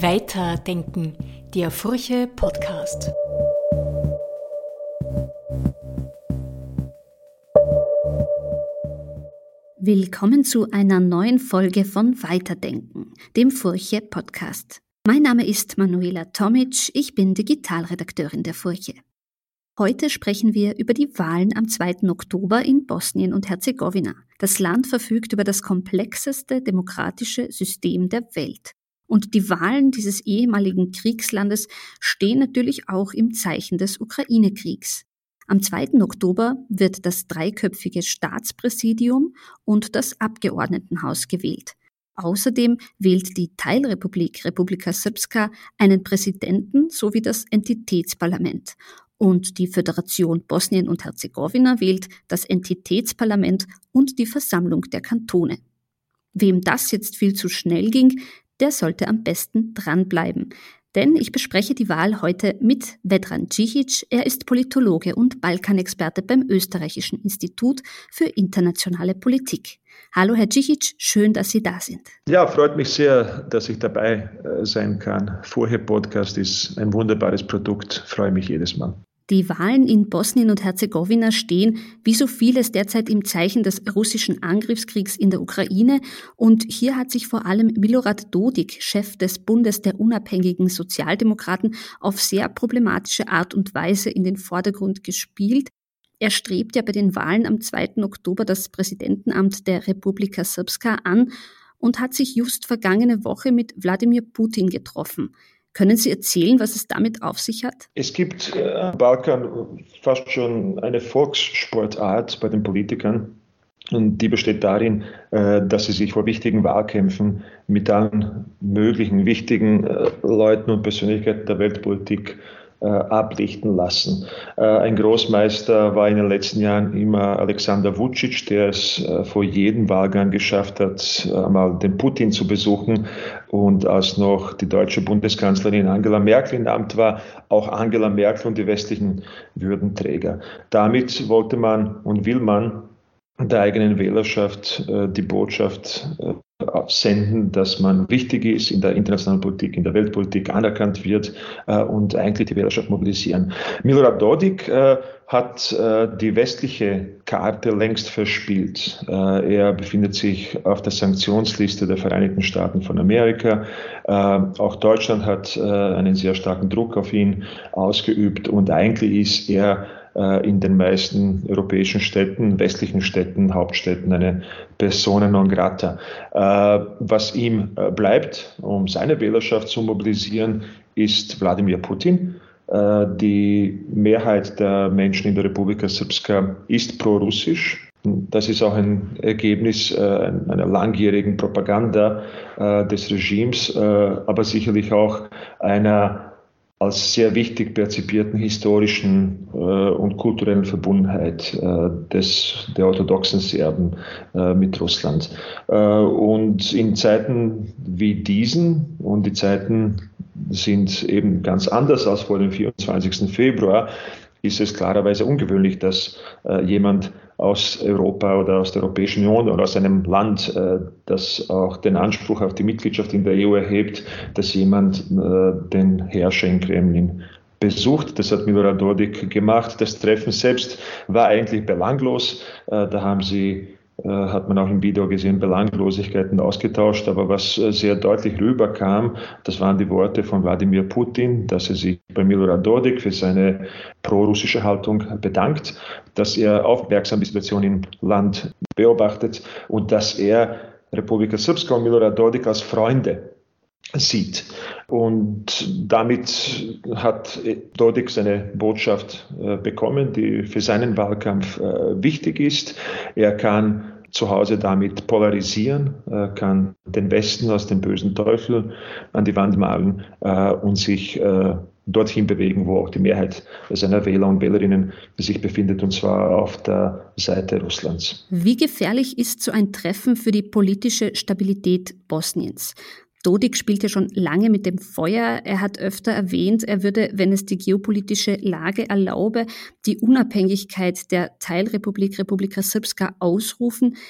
Weiterdenken, der Furche Podcast. Willkommen zu einer neuen Folge von Weiterdenken, dem Furche Podcast. Mein Name ist Manuela Tomic, ich bin Digitalredakteurin der Furche. Heute sprechen wir über die Wahlen am 2. Oktober in Bosnien und Herzegowina. Das Land verfügt über das komplexeste demokratische System der Welt. Und die Wahlen dieses ehemaligen Kriegslandes stehen natürlich auch im Zeichen des Ukraine-Kriegs. Am 2. Oktober wird das dreiköpfige Staatspräsidium und das Abgeordnetenhaus gewählt. Außerdem wählt die Teilrepublik Republika Srpska einen Präsidenten sowie das Entitätsparlament. Und die Föderation Bosnien und Herzegowina wählt das Entitätsparlament und die Versammlung der Kantone. Wem das jetzt viel zu schnell ging, der sollte am besten dranbleiben. Denn ich bespreche die Wahl heute mit Vedran Džižić. Er ist Politologe und Balkanexperte beim Österreichischen Institut für internationale Politik. Hallo Herr Džižić, schön, dass Sie da sind. Ja, freut mich sehr, dass ich dabei sein kann. Furche Podcast ist ein wunderbares Produkt, freue mich jedes Mal. Die Wahlen in Bosnien und Herzegowina stehen, wie so vieles, derzeit im Zeichen des russischen Angriffskriegs in der Ukraine. Und hier hat sich vor allem Milorad Dodik, Chef des Bundes der unabhängigen Sozialdemokraten, auf sehr problematische Art und Weise in den Vordergrund gespielt. Er strebt ja bei den Wahlen am 2. Oktober das Präsidentenamt der Republika Srpska an und hat sich just vergangene Woche mit Wladimir Putin getroffen. Können Sie erzählen, was es damit auf sich hat? Es gibt am Balkan fast schon eine Volkssportart bei den Politikern. Und die besteht darin, dass sie sich vor wichtigen Wahlkämpfen mit allen möglichen wichtigen Leuten und Persönlichkeiten der Weltpolitik ablichten lassen. Ein Großmeister war in den letzten Jahren immer Alexander Vučić, der es vor jedem Wahlgang geschafft hat, einmal den Putin zu besuchen. Und als noch die deutsche Bundeskanzlerin Angela Merkel im Amt war, auch Angela Merkel und die westlichen Würdenträger. Damit wollte man und will man der eigenen Wählerschaft die Botschaft senden, dass man wichtig ist in der internationalen Politik, in der Weltpolitik, anerkannt wird und eigentlich die Wählerschaft mobilisieren. Milorad Dodik hat die westliche Karte längst verspielt. Er befindet sich auf der Sanktionsliste der Vereinigten Staaten von Amerika. Auch Deutschland hat einen sehr starken Druck auf ihn ausgeübt und eigentlich ist er in den meisten europäischen Städten, westlichen Städten, Hauptstädten eine Persona non grata. Was ihm bleibt, um seine Wählerschaft zu mobilisieren, ist Wladimir Putin. Die Mehrheit der Menschen in der Republika Srpska ist pro-russisch. Das ist auch ein Ergebnis einer langjährigen Propaganda des Regimes, aber sicherlich auch einer als sehr wichtig perzipierten historischen und kulturellen Verbundenheit der orthodoxen Serben mit Russland. Und in Zeiten wie diesen, und die Zeiten sind eben ganz anders als vor dem 24. Februar, ist es klarerweise ungewöhnlich, dass jemand aus Europa oder aus der Europäischen Union oder aus einem Land, das auch den Anspruch auf die Mitgliedschaft in der EU erhebt, dass jemand den Herrscher in Kremlin besucht. Das hat Milorad Dodik gemacht. Das Treffen selbst war eigentlich belanglos. Da hat man auch im Video gesehen, Belanglosigkeiten ausgetauscht. Aber was sehr deutlich rüberkam, das waren die Worte von Wladimir Putin, dass er sich bei Milorad Dodik für seine pro-russische Haltung bedankt, dass er aufmerksam die Situation im Land beobachtet und dass er Republika Srpska und Milorad Dodik als Freunde sieht. Und damit hat Dodik seine Botschaft bekommen, die für seinen Wahlkampf wichtig ist. Er kann zu Hause damit polarisieren, kann den Westen als den bösen Teufel an die Wand malen und sich dorthin bewegen, wo auch die Mehrheit seiner Wähler und Wählerinnen sich befindet, und zwar auf der Seite Russlands. Wie gefährlich ist so ein Treffen für die politische Stabilität Bosniens? Dodik spielt ja schon lange mit dem Feuer. Er hat öfter erwähnt, er würde, wenn es die geopolitische Lage erlaube, die Unabhängigkeit der Teilrepublik Republika Srpska ausrufen.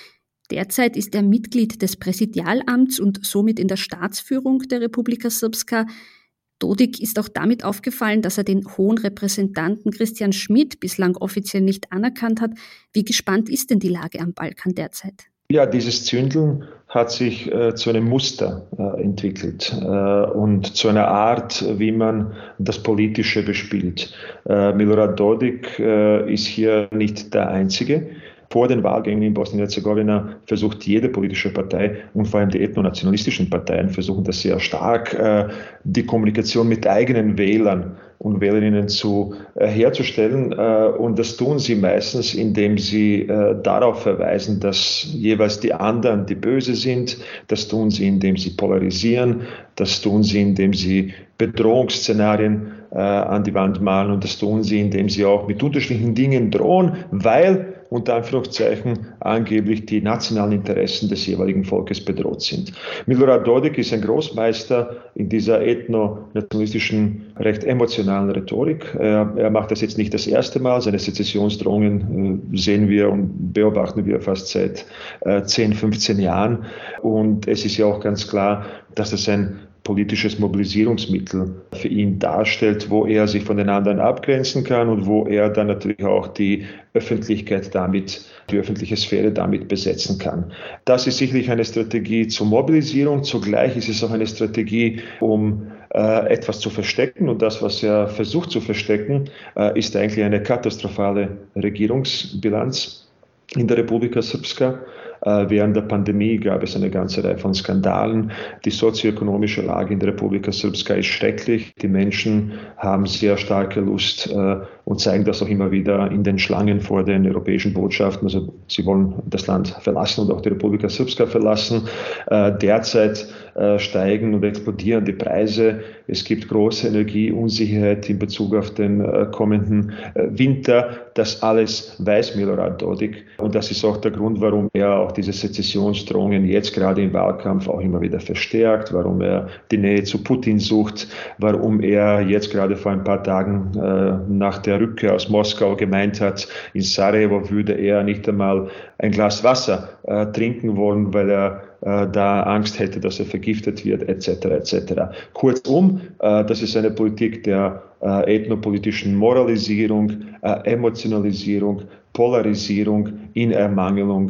Derzeit ist er Mitglied des Präsidialamts und somit in der Staatsführung der Republika Srpska. Dodik ist auch damit aufgefallen, dass er den hohen Repräsentanten Christian Schmidt bislang offiziell nicht anerkannt hat. Wie gespannt ist denn die Lage am Balkan derzeit? Ja, dieses Zündeln hat sich zu einem Muster entwickelt und zu einer Art, wie man das Politische bespielt. Milorad Dodik ist hier nicht der Einzige. Vor den Wahlgängen in Bosnien-Herzegowina versucht jede politische Partei und vor allem die ethnonationalistischen Parteien versuchen das sehr stark, die Kommunikation mit eigenen Wählern und Wählerinnen herzustellen. Und das tun sie meistens, indem sie darauf verweisen, dass jeweils die anderen die Böse sind. Das tun sie, indem sie polarisieren. Das tun sie, indem sie Bedrohungsszenarien an die Wand malen. Und das tun sie, indem sie auch mit unterschiedlichen Dingen drohen, weil unter Anführungszeichen angeblich die nationalen Interessen des jeweiligen Volkes bedroht sind. Milorad Dodik ist ein Großmeister in dieser ethno-nationalistischen, recht emotionalen Rhetorik. Er macht das jetzt nicht das erste Mal. Seine Sezessionsdrohungen sehen wir und beobachten wir fast seit 10, 15 Jahren. Und es ist ja auch ganz klar, dass das ein politisches Mobilisierungsmittel für ihn darstellt, wo er sich von den anderen abgrenzen kann und wo er dann natürlich auch die Öffentlichkeit damit, die öffentliche Sphäre damit besetzen kann. Das ist sicherlich eine Strategie zur Mobilisierung. Zugleich ist es auch eine Strategie, um etwas zu verstecken. Und das, was er versucht zu verstecken, ist eigentlich eine katastrophale Regierungsbilanz in der Republika Srpska. Während der Pandemie gab es eine ganze Reihe von Skandalen. Die sozioökonomische Lage in der Republika Srpska ist schrecklich. Die Menschen haben sehr starke Lust und zeigen das auch immer wieder in den Schlangen vor den europäischen Botschaften. Also sie wollen das Land verlassen und auch die Republika Srpska verlassen. Derzeit steigen und explodieren die Preise. Es gibt große Energieunsicherheit in Bezug auf den kommenden Winter. Das alles weiß Milorad Dodik. Und das ist auch der Grund, warum er auch diese Sezessionsdrohungen jetzt gerade im Wahlkampf auch immer wieder verstärkt, warum er die Nähe zu Putin sucht, warum er jetzt gerade vor ein paar Tagen nach der Rückkehr aus Moskau gemeint hat, in Sarajevo würde er nicht einmal ein Glas Wasser trinken wollen, weil er da Angst hätte, dass er vergiftet wird, etc. etc. Kurzum, das ist eine Politik der ethnopolitischen Moralisierung, Emotionalisierung, Polarisierung in Ermangelung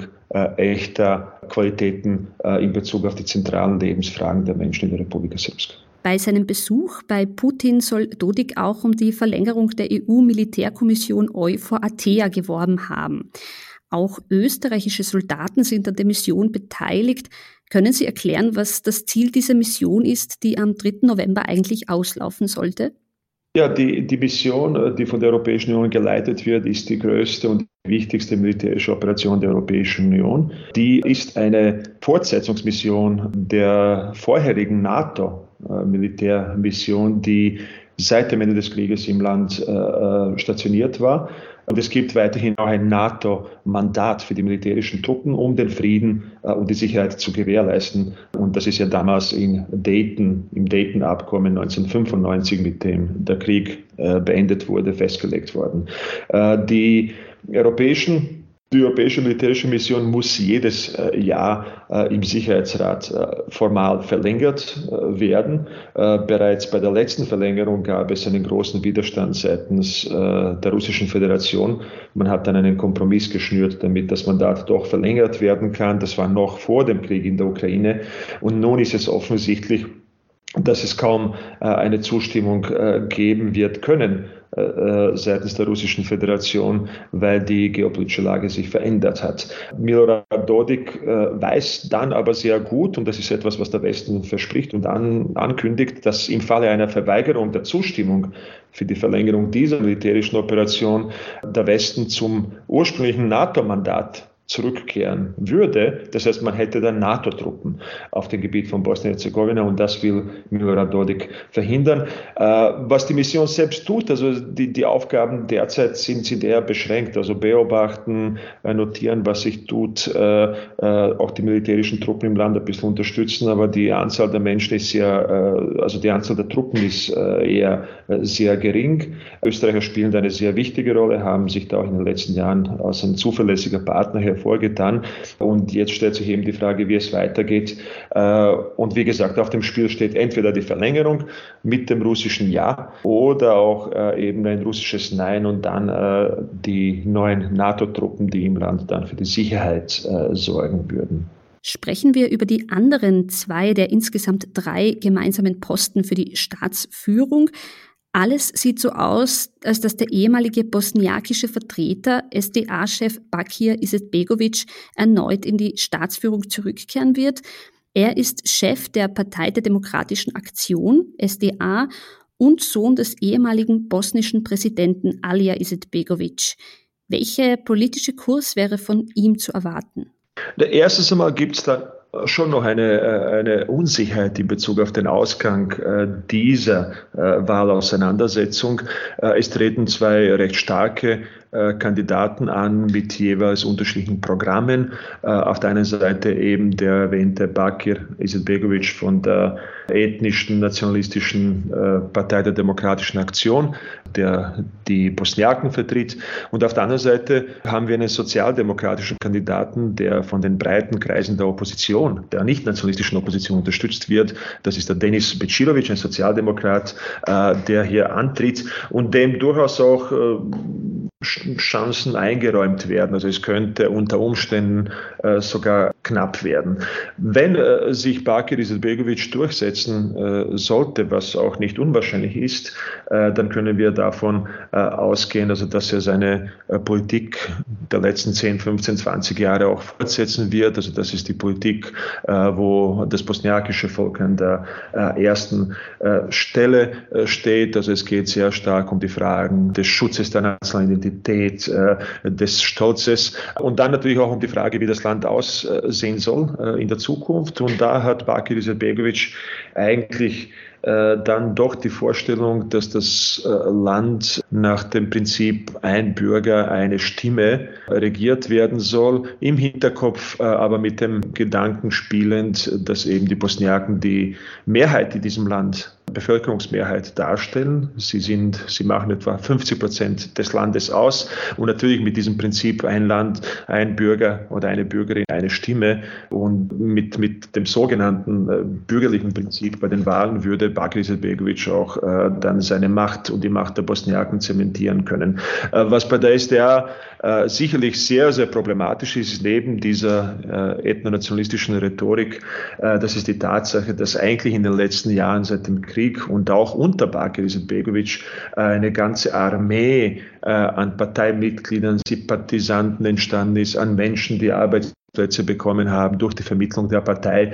echter Qualitäten in Bezug auf die zentralen Lebensfragen der Menschen in der Republika Srpska. Bei seinem Besuch bei Putin soll Dodik auch um die Verlängerung der EU-Militärkommission EUFOR Athea geworben haben. Auch österreichische Soldaten sind an der Mission beteiligt. Können Sie erklären, was das Ziel dieser Mission ist, die am 3. November eigentlich auslaufen sollte? Ja, die Mission, die von der Europäischen Union geleitet wird, ist die größte und wichtigste militärische Operation der Europäischen Union. Die ist eine Fortsetzungsmission der vorherigen NATO-Militärmission, die seit dem Ende des Krieges im Land stationiert war. Und es gibt weiterhin auch ein NATO-Mandat für die militärischen Truppen, um den Frieden und die Sicherheit zu gewährleisten. Und das ist ja damals im Dayton-Abkommen 1995, mit dem der Krieg beendet wurde, festgelegt worden. Die europäische militärische Mission muss jedes Jahr im Sicherheitsrat formal verlängert werden. Bereits bei der letzten Verlängerung gab es einen großen Widerstand seitens der Russischen Föderation. Man hat dann einen Kompromiss geschnürt, damit das Mandat doch verlängert werden kann. Das war noch vor dem Krieg in der Ukraine. Und nun ist es offensichtlich, dass es kaum eine Zustimmung geben wird können seitens der Russischen Föderation, weil die geopolitische Lage sich verändert hat. Milorad Dodik weiß dann aber sehr gut, und das ist etwas, was der Westen verspricht und ankündigt, dass im Falle einer Verweigerung der Zustimmung für die Verlängerung dieser militärischen Operation der Westen zum ursprünglichen NATO-Mandat zurückkehren würde. Das heißt, man hätte dann NATO-Truppen auf dem Gebiet von Bosnien-Herzegowina, und das will Milorad Dodik verhindern. Was die Mission selbst tut, also die Aufgaben derzeit sind eher beschränkt, also beobachten, notieren, was sich tut, auch die militärischen Truppen im Land ein bisschen unterstützen, aber die Anzahl der Menschen ist die Anzahl der Truppen ist eher sehr gering. Österreicher spielen da eine sehr wichtige Rolle, haben sich da auch in den letzten Jahren als ein zuverlässiger Partner hervorgetan. Und jetzt stellt sich eben die Frage, wie es weitergeht. Und wie gesagt, auf dem Spiel steht entweder die Verlängerung mit dem russischen Ja oder auch eben ein russisches Nein und dann die neuen NATO-Truppen, die im Land dann für die Sicherheit sorgen würden. Sprechen wir über die anderen 2 der insgesamt 3 gemeinsamen Posten für die Staatsführung. Alles sieht so aus, als dass der ehemalige bosniakische Vertreter, SDA-Chef Bakir Izetbegović, erneut in die Staatsführung zurückkehren wird. Er ist Chef der Partei der Demokratischen Aktion, SDA, und Sohn des ehemaligen bosnischen Präsidenten Alija Izetbegović. Welcher politische Kurs wäre von ihm zu erwarten? Erstes einmal gibt es da schon noch eine Unsicherheit in Bezug auf den Ausgang dieser Wahlauseinandersetzung. Es treten 2 recht starke Kandidaten an mit jeweils unterschiedlichen Programmen. Auf der einen Seite eben der erwähnte Bakir Izetbegović von der ethnischen, nationalistischen Partei der Demokratischen Aktion, der die Bosniaken vertritt. Und auf der anderen Seite haben wir einen sozialdemokratischen Kandidaten, der von den breiten Kreisen der Opposition, der nicht-nationalistischen Opposition unterstützt wird. Das ist der Denis Bečirović, ein Sozialdemokrat, der hier antritt und dem durchaus auch Chancen eingeräumt werden. Also es könnte unter Umständen sogar knapp werden. Wenn sich Bakir Izetbegović durchsetzen sollte, was auch nicht unwahrscheinlich ist, dann können wir davon ausgehen, also dass er seine Politik der letzten 10, 15, 20 Jahre auch fortsetzen wird. Also das ist die Politik, wo das bosniakische Volk an der ersten Stelle steht. Also es geht sehr stark um die Fragen des Schutzes der nationalen Identität, des Stolzes und dann natürlich auch um die Frage, wie das Land aussehen soll in der Zukunft. Und da hat Bakir Izetbegović eigentlich dann doch die Vorstellung, dass das Land nach dem Prinzip ein Bürger, eine Stimme regiert werden soll, im Hinterkopf aber mit dem Gedanken spielend, dass eben die Bosniaken die Mehrheit in diesem Land, Bevölkerungsmehrheit darstellen. Sie machen etwa 50% des Landes aus und natürlich mit diesem Prinzip ein Land, ein Bürger oder eine Bürgerin, eine Stimme und mit dem sogenannten bürgerlichen Prinzip bei den Wahlen würde Bakir Izetbegović auch dann seine Macht und die Macht der Bosniaken zementieren können. Was bei der SDA sicherlich sehr, sehr problematisch ist, neben dieser ethnonationalistischen Rhetorik, das ist die Tatsache, dass eigentlich in den letzten Jahren seit dem Krieg und auch unter Bakir Izetbegović eine ganze Armee an Parteimitgliedern, Sympathisanten entstanden ist, an Menschen, die Arbeitsplätze bekommen haben durch die Vermittlung der Partei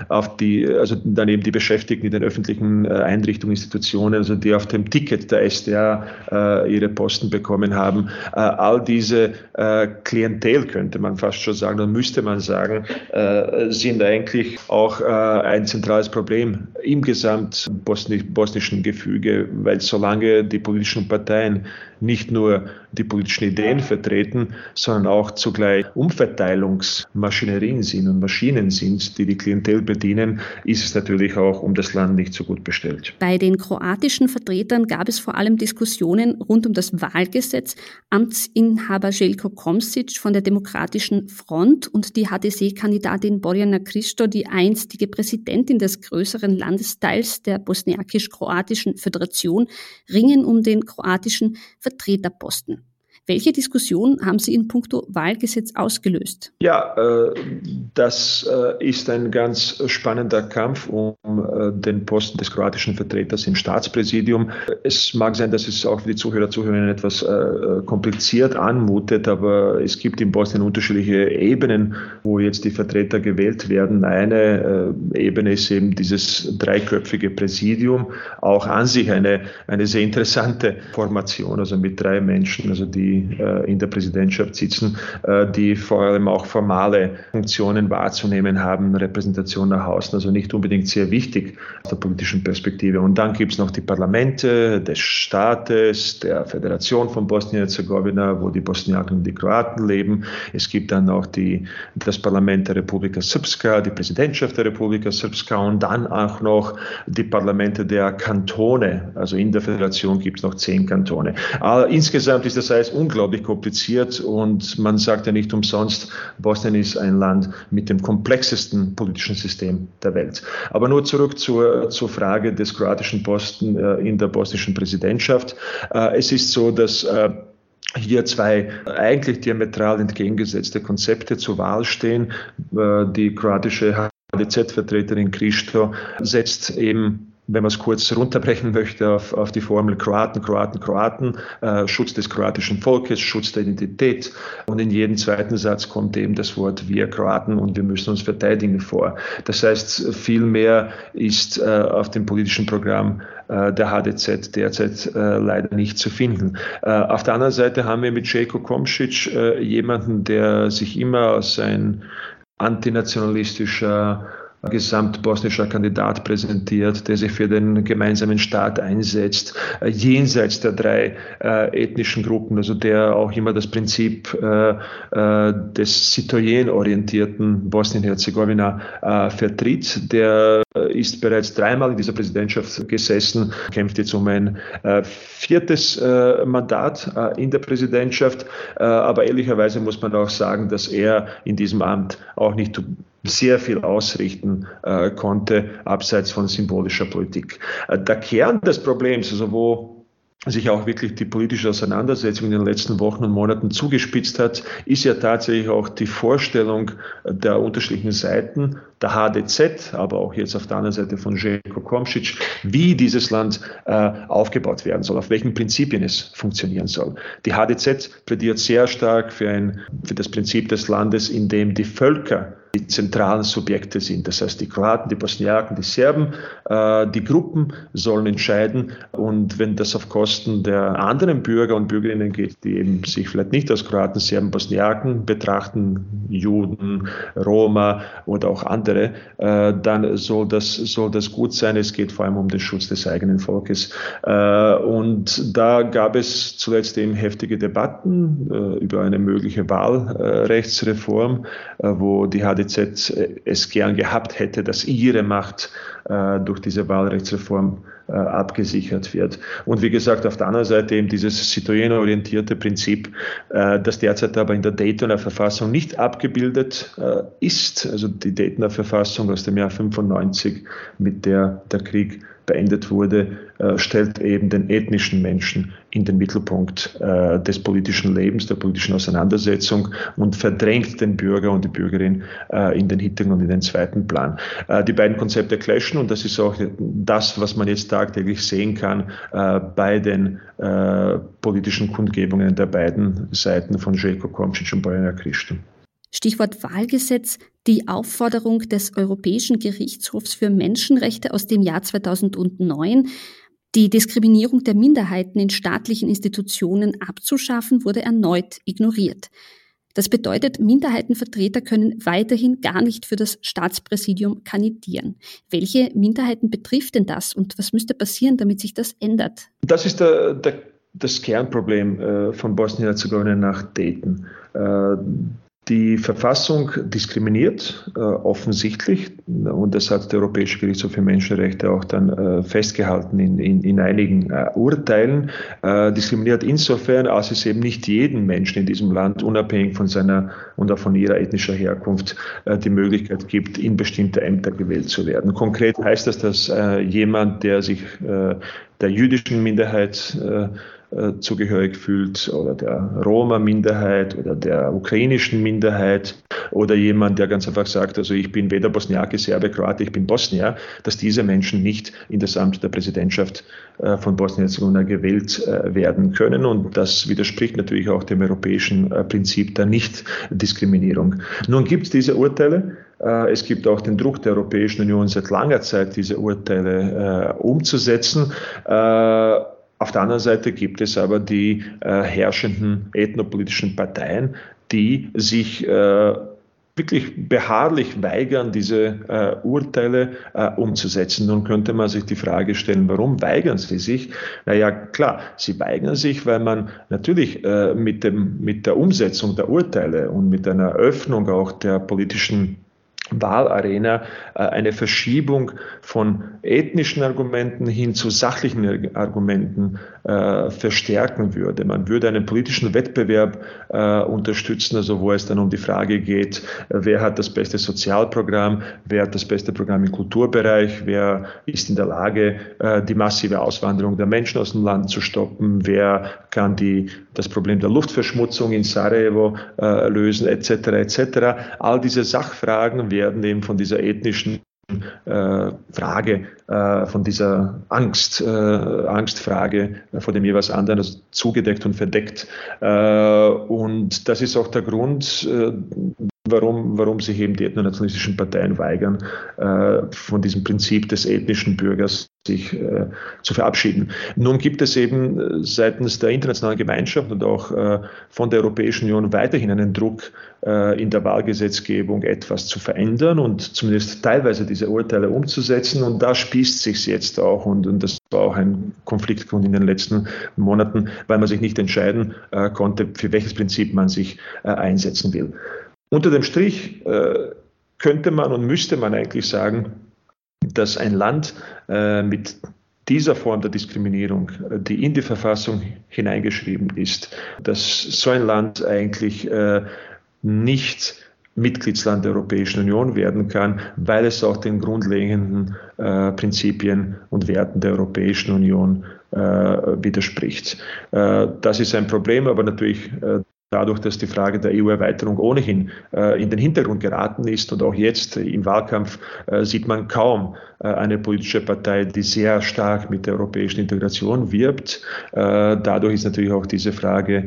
also daneben die Beschäftigten in den öffentlichen Einrichtungen, Institutionen, also die auf dem Ticket der SDA ihre Posten bekommen haben. All diese Klientel, könnte man fast schon sagen, oder müsste man sagen, sind eigentlich auch ein zentrales Problem im gesamtbosnischen Gefüge, weil solange die politischen Parteien nicht nur die politischen Ideen vertreten, sondern auch zugleich Umverteilungsmaschinerien sind und Maschinen sind, die die Klientel bedienen, ist es natürlich auch um das Land nicht so gut bestellt. Bei den kroatischen Vertretern gab es vor allem Diskussionen rund um das Wahlgesetz. Amtsinhaber Željko Komšić von der Demokratischen Front und die HDZ-Kandidatin Borjana Krišto, die einstige Präsidentin des größeren Landesteils der bosniakisch-kroatischen Föderation, ringen um den kroatischen Vertreterposten. Welche Diskussion haben Sie in puncto Wahlgesetz ausgelöst? Ja, das ist ein ganz spannender Kampf um den Posten des kroatischen Vertreters im Staatspräsidium. Es mag sein, dass es auch für die Zuhörerinnen etwas kompliziert anmutet, aber es gibt in Bosnien unterschiedliche Ebenen, wo jetzt die Vertreter gewählt werden. Eine Ebene ist eben dieses dreiköpfige Präsidium, auch an sich eine sehr interessante Formation, also mit 3 Menschen, also die in der Präsidentschaft sitzen, die vor allem auch formale Funktionen wahrzunehmen haben, Repräsentation nach außen, also nicht unbedingt sehr wichtig aus der politischen Perspektive. Und dann gibt es noch die Parlamente des Staates, der Föderation von Bosnien-Herzegowina, wo die Bosniaken und die Kroaten leben. Es gibt dann noch das Parlament der Republika Srpska, die Präsidentschaft der Republika Srpska und dann auch noch die Parlamente der Kantone. Also in der Föderation gibt es noch 10 Kantone. Aber insgesamt ist das heißt unglaublich kompliziert und man sagt ja nicht umsonst, Bosnien ist ein Land mit dem komplexesten politischen System der Welt. Aber nur zurück zur Frage des kroatischen Posten in der bosnischen Präsidentschaft. Es ist so, dass hier zwei eigentlich diametral entgegengesetzte Konzepte zur Wahl stehen. Die kroatische HDZ-Vertreterin Kristo setzt eben, wenn man es kurz runterbrechen möchte, auf die Formel Kroaten, Kroaten, Kroaten, Schutz des kroatischen Volkes, Schutz der Identität. Und in jedem zweiten Satz kommt eben das Wort wir Kroaten und wir müssen uns verteidigen vor. Das heißt, viel mehr ist auf dem politischen Programm der HDZ derzeit leider nicht zu finden. Auf der anderen Seite haben wir mit Željko Komšić jemanden, der sich immer als ein antinationalistischer gesamtbosnischer Kandidat präsentiert, der sich für den gemeinsamen Staat einsetzt, jenseits der drei ethnischen Gruppen, also der auch immer das Prinzip des citoyen-orientierten Bosnien-Herzegowina vertritt. Der ist bereits dreimal in dieser Präsidentschaft gesessen, kämpft jetzt um ein viertes Mandat in der Präsidentschaft, aber ehrlicherweise muss man auch sagen, dass er in diesem Amt auch nicht sehr viel ausrichten konnte, abseits von symbolischer Politik. Der Kern des Problems, also wo sich auch wirklich die politische Auseinandersetzung in den letzten Wochen und Monaten zugespitzt hat, ist ja tatsächlich auch die Vorstellung der unterschiedlichen Seiten, der HDZ, aber auch jetzt auf der anderen Seite von Željko Komšić, wie dieses Land aufgebaut werden soll, auf welchen Prinzipien es funktionieren soll. Die HDZ plädiert sehr stark für das Prinzip des Landes, in dem die Völker die zentralen Subjekte sind. Das heißt, die Kroaten, die Bosniaken, die Serben, die Gruppen sollen entscheiden. Und wenn das auf Kosten der anderen Bürger und Bürgerinnen geht, die eben sich vielleicht nicht als Kroaten, Serben, Bosniaken betrachten, Juden, Roma oder auch andere, dann soll das gut sein. Es geht vor allem um den Schutz des eigenen Volkes. Und da gab es zuletzt eben heftige Debatten über eine mögliche Wahlrechtsreform, wo die HDZ es gern gehabt hätte, dass ihre Macht durch diese Wahlrechtsreform abgesichert wird. Und wie gesagt, auf der anderen Seite eben dieses citoyen-orientierte Prinzip, das derzeit aber in der Daytoner Verfassung nicht abgebildet ist. Also die Daytoner Verfassung aus dem Jahr 95, mit der der Krieg beendet wurde, stellt eben den ethnischen Menschen in den Mittelpunkt des politischen Lebens, der politischen Auseinandersetzung und verdrängt den Bürger und die Bürgerin in den Hintergrund und in den zweiten Plan. Die beiden Konzepte clashen und das ist auch das, was man jetzt tagtäglich sehen kann bei den politischen Kundgebungen der beiden Seiten von Željko Komšić und Bojana Krišto. Stichwort Wahlgesetz, die Aufforderung des Europäischen Gerichtshofs für Menschenrechte aus dem Jahr 2009, die Diskriminierung der Minderheiten in staatlichen Institutionen abzuschaffen, wurde erneut ignoriert. Das bedeutet, Minderheitenvertreter können weiterhin gar nicht für das Staatspräsidium kandidieren. Welche Minderheiten betrifft denn das und was müsste passieren, damit sich das ändert? Das ist das Kernproblem von Bosnien-Herzegowina nach Dayton. Die Verfassung diskriminiert offensichtlich und das hat der Europäische Gerichtshof für Menschenrechte auch dann festgehalten in einigen Urteilen. Diskriminiert insofern, als es eben nicht jedem Menschen in diesem Land unabhängig von seiner und auch von ihrer ethnischer Herkunft die Möglichkeit gibt, in bestimmte Ämter gewählt zu werden. Konkret heißt das, dass jemand, der sich der jüdischen Minderheit zugehörig fühlt oder der Roma-Minderheit oder der ukrainischen Minderheit oder jemand, der ganz einfach sagt, also ich bin weder Bosniake, Serbe, Kroate, ich bin Bosnier, dass diese Menschen nicht in das Amt der Präsidentschaft von Bosnien-Herzegowina gewählt werden können und das widerspricht natürlich auch dem europäischen Prinzip der Nichtdiskriminierung. Nun gibt es diese Urteile. Es gibt auch den Druck der Europäischen Union seit langer Zeit, diese Urteile umzusetzen. Auf der anderen Seite gibt es aber die herrschenden ethnopolitischen Parteien, die sich wirklich beharrlich weigern, diese Urteile umzusetzen. Nun könnte man sich die Frage stellen, warum weigern sie sich? Naja, klar, sie weigern sich, weil man natürlich mit der Umsetzung der Urteile und mit einer Öffnung auch der politischen Wahlarena eine Verschiebung von ethnischen Argumenten hin zu sachlichen Argumenten verstärken würde. Man würde einen politischen Wettbewerb unterstützen, also wo es dann um die Frage geht, wer hat das beste Sozialprogramm, wer hat das beste Programm im Kulturbereich, wer ist in der Lage, die massive Auswanderung der Menschen aus dem Land zu stoppen, wer kann das Problem der Luftverschmutzung in Sarajevo lösen, etc. etc. All diese Sachfragen werden eben von dieser ethnischen Frage, von dieser Angstfrage vor dem jeweils anderen also zugedeckt und verdeckt. Und das ist auch der Grund, warum sich eben die ethnonationalistischen Parteien weigern, von diesem Prinzip des ethnischen Bürgers sich zu verabschieden. Nun gibt es eben seitens der internationalen Gemeinschaft und auch von der Europäischen Union weiterhin einen Druck, in der Wahlgesetzgebung etwas zu verändern und zumindest teilweise diese Urteile umzusetzen. Und da spießt sich jetzt auch und das war auch ein Konfliktgrund in den letzten Monaten, weil man sich nicht entscheiden konnte, für welches Prinzip man sich einsetzen will. Unter dem Strich könnte man und müsste man eigentlich sagen, dass ein Land mit dieser Form der Diskriminierung, die in die Verfassung hineingeschrieben ist, dass so ein Land eigentlich nicht Mitgliedsland der Europäischen Union werden kann, weil es auch den grundlegenden Prinzipien und Werten der Europäischen Union widerspricht. Das ist ein Problem, aber natürlich dadurch, dass die Frage der EU-Erweiterung ohnehin in den Hintergrund geraten ist und auch jetzt im Wahlkampf sieht man kaum eine politische Partei, die sehr stark mit der europäischen Integration wirbt. Dadurch ist natürlich auch diese Frage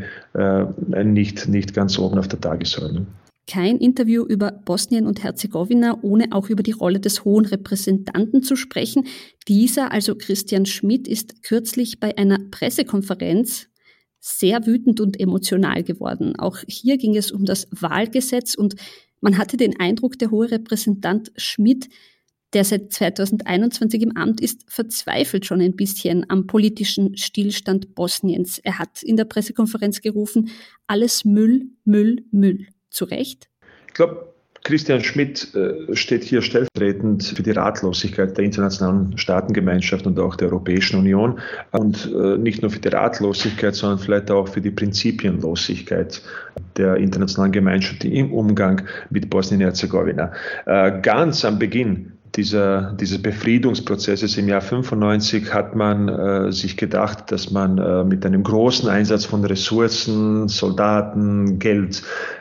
nicht ganz oben auf der Tagesordnung. Kein Interview über Bosnien und Herzegowina, ohne auch über die Rolle des Hohen Repräsentanten zu sprechen. Dieser, also Christian Schmidt, ist kürzlich bei einer Pressekonferenz sehr wütend und emotional geworden. Auch hier ging es um das Wahlgesetz und man hatte den Eindruck, der Hohe Repräsentant Schmidt, der seit 2021 im Amt ist, verzweifelt schon ein bisschen am politischen Stillstand Bosniens. Er hat in der Pressekonferenz gerufen, alles Müll, Müll, Müll. Zu Recht? Ich glaube, Christian Schmidt steht hier stellvertretend für die Ratlosigkeit der internationalen Staatengemeinschaft und auch der Europäischen Union und nicht nur für die Ratlosigkeit, sondern vielleicht auch für die Prinzipienlosigkeit der internationalen Gemeinschaft im Umgang mit Bosnien-Herzegowina. Ganz am Beginn dieses Befriedungsprozesses im Jahr 1995 hat man sich gedacht, dass man mit einem großen Einsatz von Ressourcen, Soldaten, Geld,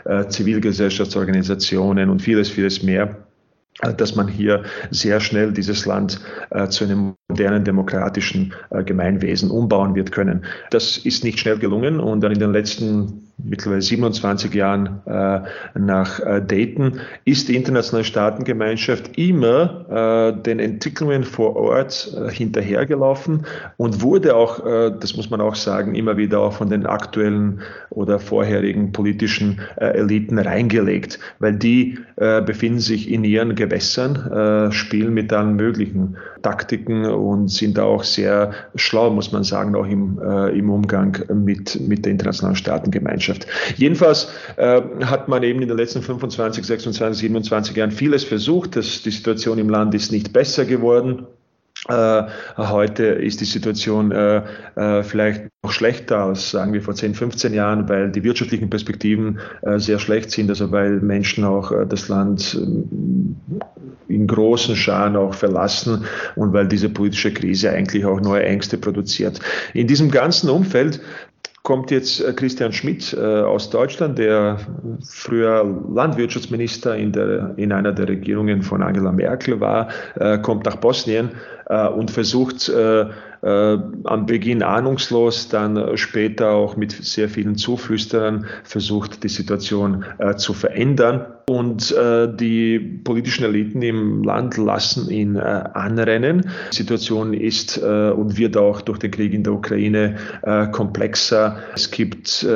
Zivilgesellschaftsorganisationen und vieles mehr, dass man hier sehr schnell dieses Land zu einem modernen demokratischen Gemeinwesen umbauen wird können. Das ist nicht schnell gelungen und dann in den letzten mittlerweile 27 Jahren nach Dayton ist die internationale Staatengemeinschaft immer den Entwicklungen vor Ort hinterhergelaufen und wurde auch, das muss man auch sagen, immer wieder auch von den aktuellen oder vorherigen politischen Eliten reingelegt, weil die befinden sich in ihren Gewässern, spielen mit allen möglichen Taktiken und sind auch sehr schlau, muss man sagen, auch im Umgang mit der internationalen Staatengemeinschaft. Jedenfalls hat man eben in den letzten 25, 26, 27 Jahren vieles versucht. Die Situation im Land ist nicht besser geworden. Heute ist die Situation vielleicht noch schlechter als, sagen wir, vor 10, 15 Jahren, weil die wirtschaftlichen Perspektiven sehr schlecht sind, also weil Menschen auch das Land in großen Scharen auch verlassen und weil diese politische Krise eigentlich auch neue Ängste produziert. In diesem ganzen Umfeld kommt jetzt Christian Schmidt aus Deutschland, der früher Landwirtschaftsminister in einer der Regierungen von Angela Merkel war, kommt nach Bosnien und versucht am Beginn ahnungslos, dann später auch mit sehr vielen Zuflüsterern versucht, die Situation zu verändern. Und die politischen Eliten im Land lassen ihn anrennen. Die Situation ist und wird auch durch den Krieg in der Ukraine komplexer. Es gibt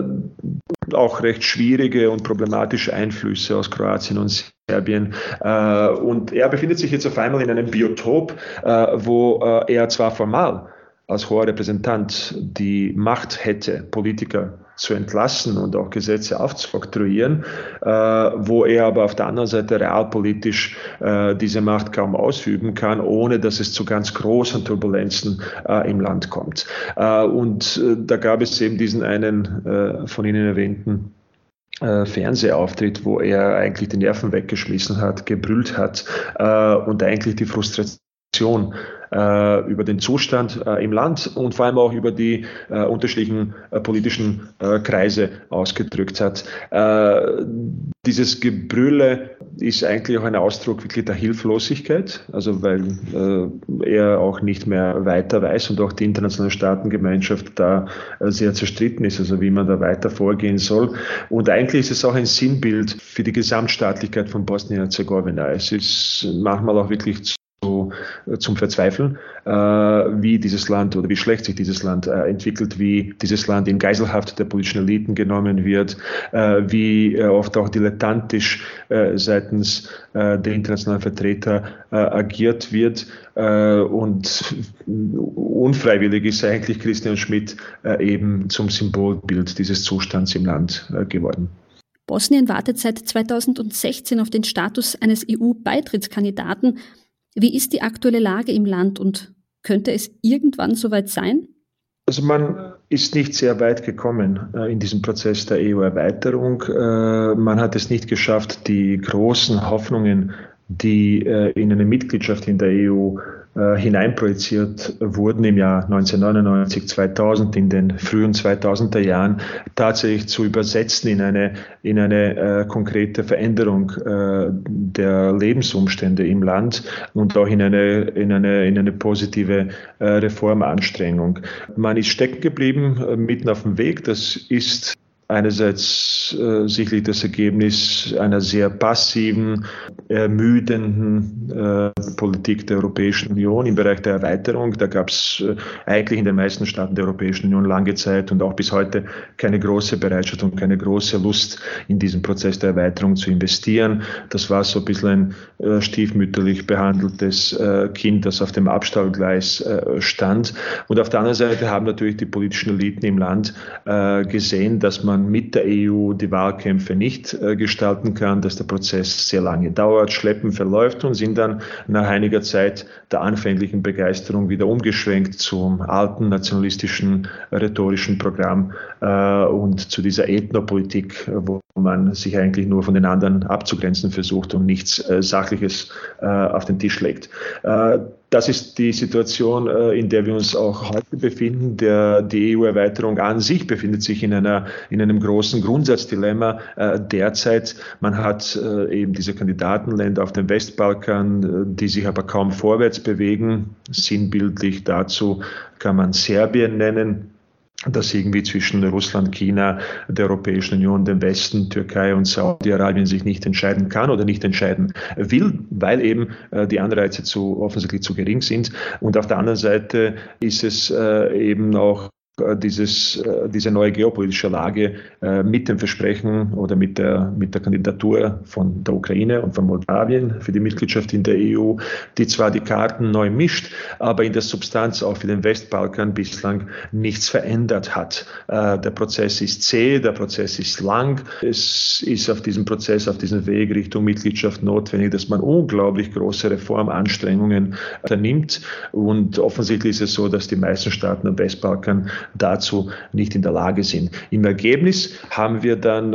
auch recht schwierige und problematische Einflüsse aus Kroatien und Serbien. Und er befindet sich jetzt auf einmal in einem Biotop, wo er zwar formal als hoher Repräsentant die Macht hätte, Politiker zu entlassen und auch Gesetze aufzuoktroyieren, wo er aber auf der anderen Seite realpolitisch diese Macht kaum ausüben kann, ohne dass es zu ganz großen Turbulenzen im Land kommt. Und da gab es eben diesen einen von Ihnen erwähnten Fernsehauftritt, wo er eigentlich die Nerven weggeschmissen hat, gebrüllt hat und eigentlich die Frustration über den Zustand im Land und vor allem auch über die unterschiedlichen politischen Kreise ausgedrückt hat. Dieses Gebrülle ist eigentlich auch ein Ausdruck wirklich der Hilflosigkeit, also weil er auch nicht mehr weiter weiß und auch die internationale Staatengemeinschaft da sehr zerstritten ist, also wie man da weiter vorgehen soll. Und eigentlich ist es auch ein Sinnbild für die Gesamtstaatlichkeit von Bosnien-Herzegowina. Es ist manchmal auch wirklich zum Verzweifeln, wie dieses Land oder wie schlecht sich dieses Land entwickelt, wie dieses Land in Geiselhaft der politischen Eliten genommen wird, wie oft auch dilettantisch seitens der internationalen Vertreter agiert wird. Und unfreiwillig ist eigentlich Christian Schmidt eben zum Symbolbild dieses Zustands im Land geworden. Bosnien wartet seit 2016 auf den Status eines EU-Beitrittskandidaten. Wie ist die aktuelle Lage im Land und könnte es irgendwann soweit sein? Also man ist nicht sehr weit gekommen in diesem Prozess der EU-Erweiterung. Man hat es nicht geschafft, die großen Hoffnungen, die in eine Mitgliedschaft in der EU hineinprojiziert wurden im Jahr 1999, 2000, in den frühen 2000er Jahren, tatsächlich zu übersetzen in eine konkrete Veränderung der Lebensumstände im Land und auch in eine positive Reformanstrengung. Man ist stecken geblieben, mitten auf dem Weg. Das ist einerseits sicherlich das Ergebnis einer sehr passiven, ermüdenden Politik der Europäischen Union im Bereich der Erweiterung. Da gab es eigentlich in den meisten Staaten der Europäischen Union lange Zeit und auch bis heute keine große Bereitschaft und keine große Lust, in diesen Prozess der Erweiterung zu investieren. Das war so ein bisschen ein stiefmütterlich behandeltes Kind, das auf dem Abstellgleis stand. Und auf der anderen Seite haben natürlich die politischen Eliten im Land gesehen, dass man mit der EU die Wahlkämpfe nicht gestalten kann, dass der Prozess sehr lange dauert, schleppend verläuft und sind dann nach einiger Zeit der anfänglichen Begeisterung wieder umgeschwenkt zum alten nationalistischen rhetorischen Programm und zu dieser Ethnopolitik, wo man sich eigentlich nur von den anderen abzugrenzen versucht und nichts Sachliches auf den Tisch legt. Das ist die Situation, in der wir uns auch heute befinden. Die EU-Erweiterung an sich befindet sich in einem großen Grundsatzdilemma derzeit. Man hat eben diese Kandidatenländer auf dem Westbalkan, die sich aber kaum vorwärts bewegen. Sinnbildlich dazu kann man Serbien nennen, das irgendwie zwischen Russland, China, der Europäischen Union, dem Westen, Türkei und Saudi-Arabien sich nicht entscheiden kann oder nicht entscheiden will, weil eben die Anreize offensichtlich zu gering sind. Und auf der anderen Seite ist es eben auch diese neue geopolitische Lage mit dem Versprechen oder mit der Kandidatur von der Ukraine und von Moldawien für die Mitgliedschaft in der EU, die zwar die Karten neu mischt, aber in der Substanz auch für den Westbalkan bislang nichts verändert hat. Der Prozess ist zäh, der Prozess ist lang. Es ist auf diesem Prozess, auf diesem Weg Richtung Mitgliedschaft notwendig, dass man unglaublich große Reformanstrengungen unternimmt. Und offensichtlich ist es so, dass die meisten Staaten am Westbalkan dazu nicht in der Lage sind. Im Ergebnis haben wir dann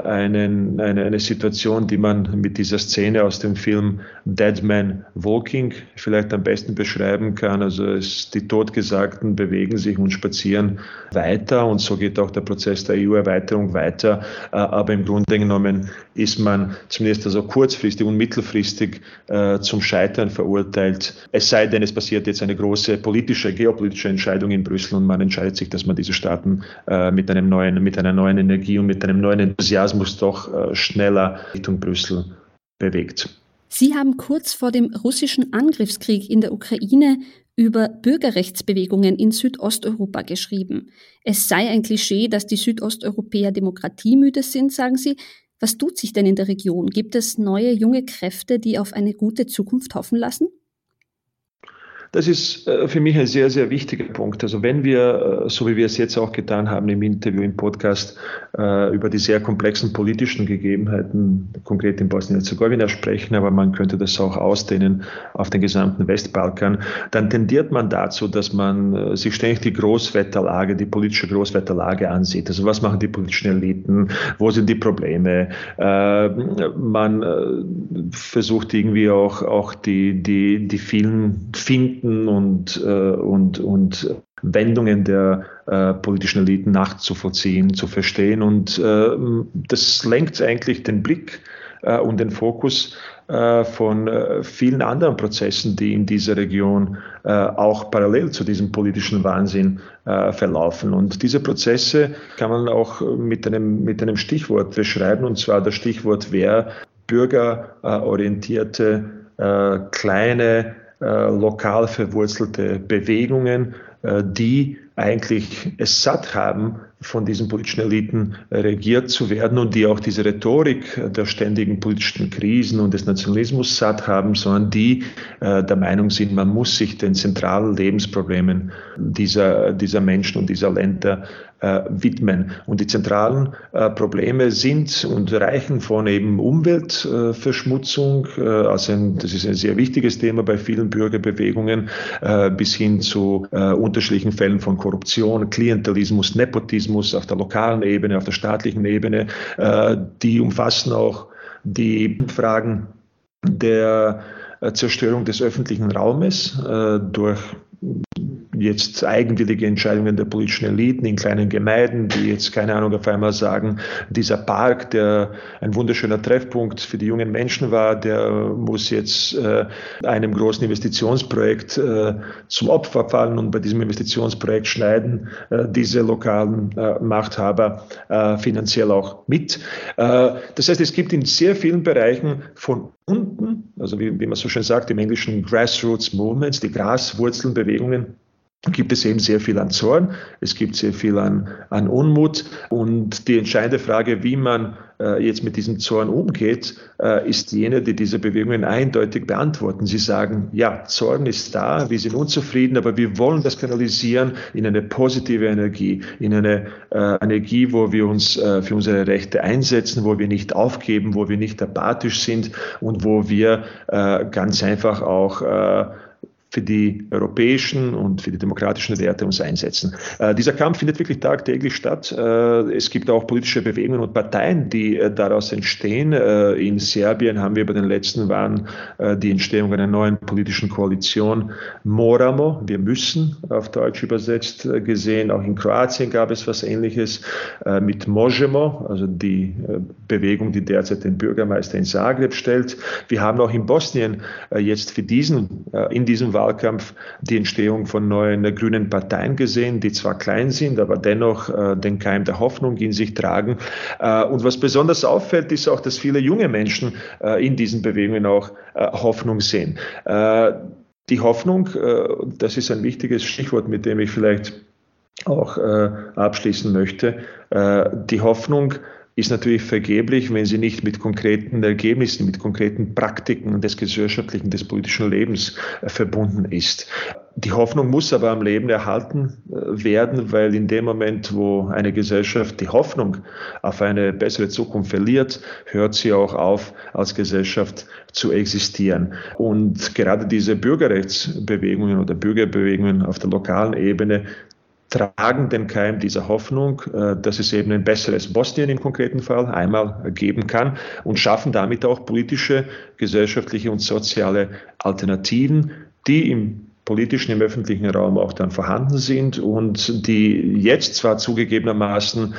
eine Situation, die man mit dieser Szene aus dem Film Dead Man Walking vielleicht am besten beschreiben kann. Also die Totgesagten bewegen sich und spazieren weiter und so geht auch der Prozess der EU-Erweiterung weiter. Aber im Grunde genommen ist man zumindest also kurzfristig und mittelfristig zum Scheitern verurteilt. Es sei denn, es passiert jetzt eine große geopolitische Entscheidung in Brüssel und man entscheidet sich, dass man diese Staaten mit einer neuen Energie und mit einem neuen Enthusiasmus doch schneller Richtung Brüssel bewegt. Sie haben kurz vor dem russischen Angriffskrieg in der Ukraine über Bürgerrechtsbewegungen in Südosteuropa geschrieben. Es sei ein Klischee, dass die Südosteuropäer demokratiemüde sind, sagen Sie. Was tut sich denn in der Region? Gibt es neue, junge Kräfte, die auf eine gute Zukunft hoffen lassen? Das ist für mich ein sehr, sehr wichtiger Punkt. Also wenn wir, so wie wir es jetzt auch getan haben im Interview, im Podcast, über die sehr komplexen politischen Gegebenheiten, konkret in Bosnien-Herzegowina sprechen, aber man könnte das auch ausdehnen auf den gesamten Westbalkan, dann tendiert man dazu, dass man sich ständig die Großwetterlage, die politische Großwetterlage ansieht. Also was machen die politischen Eliten, wo sind die Probleme? Man versucht irgendwie auch die vielen Finden und Wendungen der politischen Eliten nachzuvollziehen, zu verstehen. Und das lenkt eigentlich den Blick und den Fokus von vielen anderen Prozessen, die in dieser Region auch parallel zu diesem politischen Wahnsinn verlaufen. Und diese Prozesse kann man auch mit einem Stichwort beschreiben, und zwar das Stichwort wäre bürgerorientierte, kleine, lokal verwurzelte Bewegungen, die eigentlich es satt haben, von diesen politischen Eliten regiert zu werden und die auch diese Rhetorik der ständigen politischen Krisen und des Nationalismus satt haben, sondern die der Meinung sind, man muss sich den zentralen Lebensproblemen dieser Menschen und dieser Länder widmen. Und die zentralen Probleme sind und reichen von eben Umweltverschmutzung, das ist ein sehr wichtiges Thema bei vielen Bürgerbewegungen, bis hin zu unterschiedlichen Fällen von Korruption, Klientelismus, Nepotismus auf der lokalen Ebene, auf der staatlichen Ebene. Die umfassen auch die Fragen der Zerstörung des öffentlichen Raumes durch jetzt eigenwillige Entscheidungen der politischen Eliten in kleinen Gemeinden, die jetzt, keine Ahnung, auf einmal sagen, dieser Park, der ein wunderschöner Treffpunkt für die jungen Menschen war, der muss jetzt einem großen Investitionsprojekt zum Opfer fallen, und bei diesem Investitionsprojekt schneiden diese lokalen Machthaber finanziell auch mit. Das heißt, es gibt in sehr vielen Bereichen von unten, also wie man so schön sagt, im Englischen Grassroots Movements, die Graswurzelbewegungen, gibt es eben sehr viel an Zorn, es gibt sehr viel an Unmut, und die entscheidende Frage, wie man jetzt mit diesem Zorn umgeht, ist jene, die diese Bewegungen eindeutig beantworten. Sie sagen, ja, Zorn ist da, wir sind unzufrieden, aber wir wollen das kanalisieren in eine positive Energie, in eine Energie, wo wir uns für unsere Rechte einsetzen, wo wir nicht aufgeben, wo wir nicht apathisch sind und wo wir ganz einfach auch für die europäischen und für die demokratischen Werte uns einsetzen. Dieser Kampf findet wirklich tagtäglich statt. Es gibt auch politische Bewegungen und Parteien, die daraus entstehen. In Serbien haben wir bei den letzten Wahlen die Entstehung einer neuen politischen Koalition Moramo, wir müssen, auf Deutsch übersetzt, gesehen. Auch in Kroatien gab es was Ähnliches mit Možemo, also die Bewegung, die derzeit den Bürgermeister in Zagreb stellt. Wir haben auch in Bosnien jetzt in diesem Wahlkampf die Entstehung von neuen grünen Parteien gesehen, die zwar klein sind, aber dennoch den Keim der Hoffnung in sich tragen. Und was besonders auffällt, ist auch, dass viele junge Menschen in diesen Bewegungen auch Hoffnung sehen. Die Hoffnung, das ist ein wichtiges Stichwort, mit dem ich vielleicht auch abschließen möchte. Die Hoffnung ist natürlich vergeblich, wenn sie nicht mit konkreten Ergebnissen, mit konkreten Praktiken des gesellschaftlichen, des politischen Lebens verbunden ist. Die Hoffnung muss aber am Leben erhalten werden, weil in dem Moment, wo eine Gesellschaft die Hoffnung auf eine bessere Zukunft verliert, hört sie auch auf, als Gesellschaft zu existieren. Und gerade diese Bürgerrechtsbewegungen oder Bürgerbewegungen auf der lokalen Ebene tragen den Keim dieser Hoffnung, dass es eben ein besseres Bosnien im konkreten Fall einmal geben kann, und schaffen damit auch politische, gesellschaftliche und soziale Alternativen, die im politischen, im öffentlichen Raum auch dann vorhanden sind und die jetzt zwar zugegebenermaßen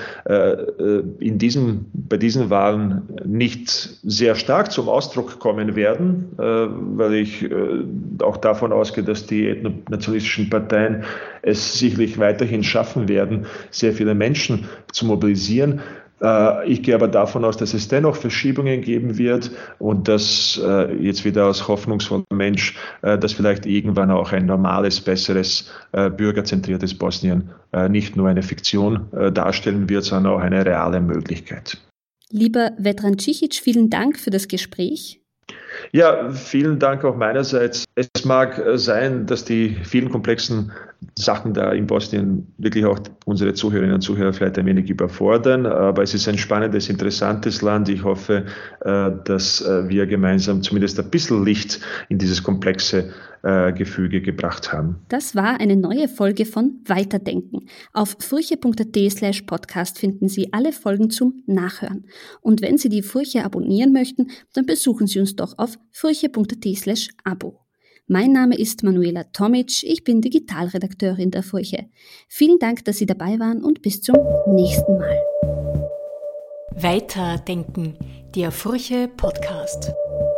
bei diesen Wahlen nicht sehr stark zum Ausdruck kommen werden, weil ich auch davon ausgehe, dass die ethnonationalistischen Parteien es sicherlich weiterhin schaffen werden, sehr viele Menschen zu mobilisieren. Ich gehe aber davon aus, dass es dennoch Verschiebungen geben wird und dass jetzt wieder als hoffnungsvoller Mensch, dass vielleicht irgendwann auch ein normales, besseres, bürgerzentriertes Bosnien nicht nur eine Fiktion darstellen wird, sondern auch eine reale Möglichkeit. Lieber Vedran Čihić, vielen Dank für das Gespräch. Ja, vielen Dank auch meinerseits. Es mag sein, dass die vielen komplexen Sachen da in Bosnien wirklich auch unsere Zuhörerinnen und Zuhörer vielleicht ein wenig überfordern, aber es ist ein spannendes, interessantes Land. Ich hoffe, dass wir gemeinsam zumindest ein bisschen Licht in dieses komplexe Gefüge gebracht haben. Das war eine neue Folge von Weiterdenken. Auf furche.at/podcast finden Sie alle Folgen zum Nachhören. Und wenn Sie die Furche abonnieren möchten, dann besuchen Sie uns doch auf furche.at/abo. Mein Name ist Manuela Tomic, ich bin Digitalredakteurin der Furche. Vielen Dank, dass Sie dabei waren und bis zum nächsten Mal. Weiterdenken, der Furche Podcast.